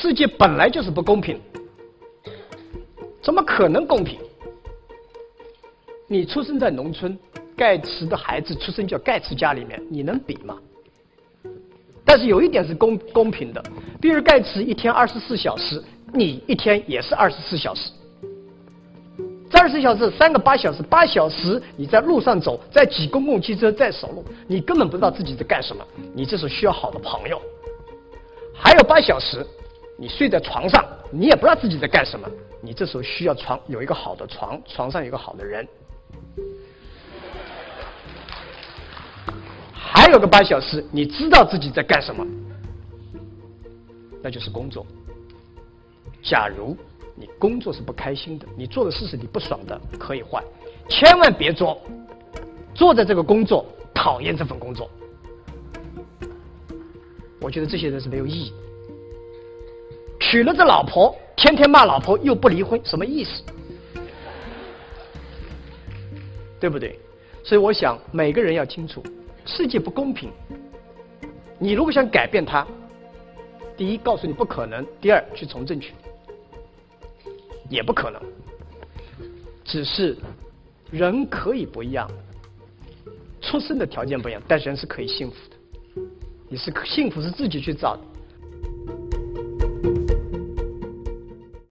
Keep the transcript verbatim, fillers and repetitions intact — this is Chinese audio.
世界本来就是不公平，怎么可能公平？你出生在农村，盖茨的孩子出生叫盖茨家里面，你能比吗？但是有一点是公公平的，比如盖茨一天二十四小时，你一天也是二十四小时。这二十四小时三个八小时，八小时你在路上走，在挤公共汽车，在走路，你根本不知道自己在干什么。你这时候需要好的朋友。还有八小时，你睡在床上，你也不知道自己在干什么。你这时候需要床有一个好的床，床上有一个好的人。还有个八小时，你知道自己在干什么，那就是工作。假如你工作是不开心的，你做的事是你不爽的，可以换，千万别做，做的这个工作讨厌这份工作。我觉得这些人是没有意义。娶了这老婆，天天骂老婆又不离婚，什么意思？对不对？所以我想每个人要清楚，世界不公平。你如果想改变它，第一告诉你不可能，第二去从政去，也不可能。只是人可以不一样，出生的条件不一样，但人是可以幸福的。你是幸福是自己去找的。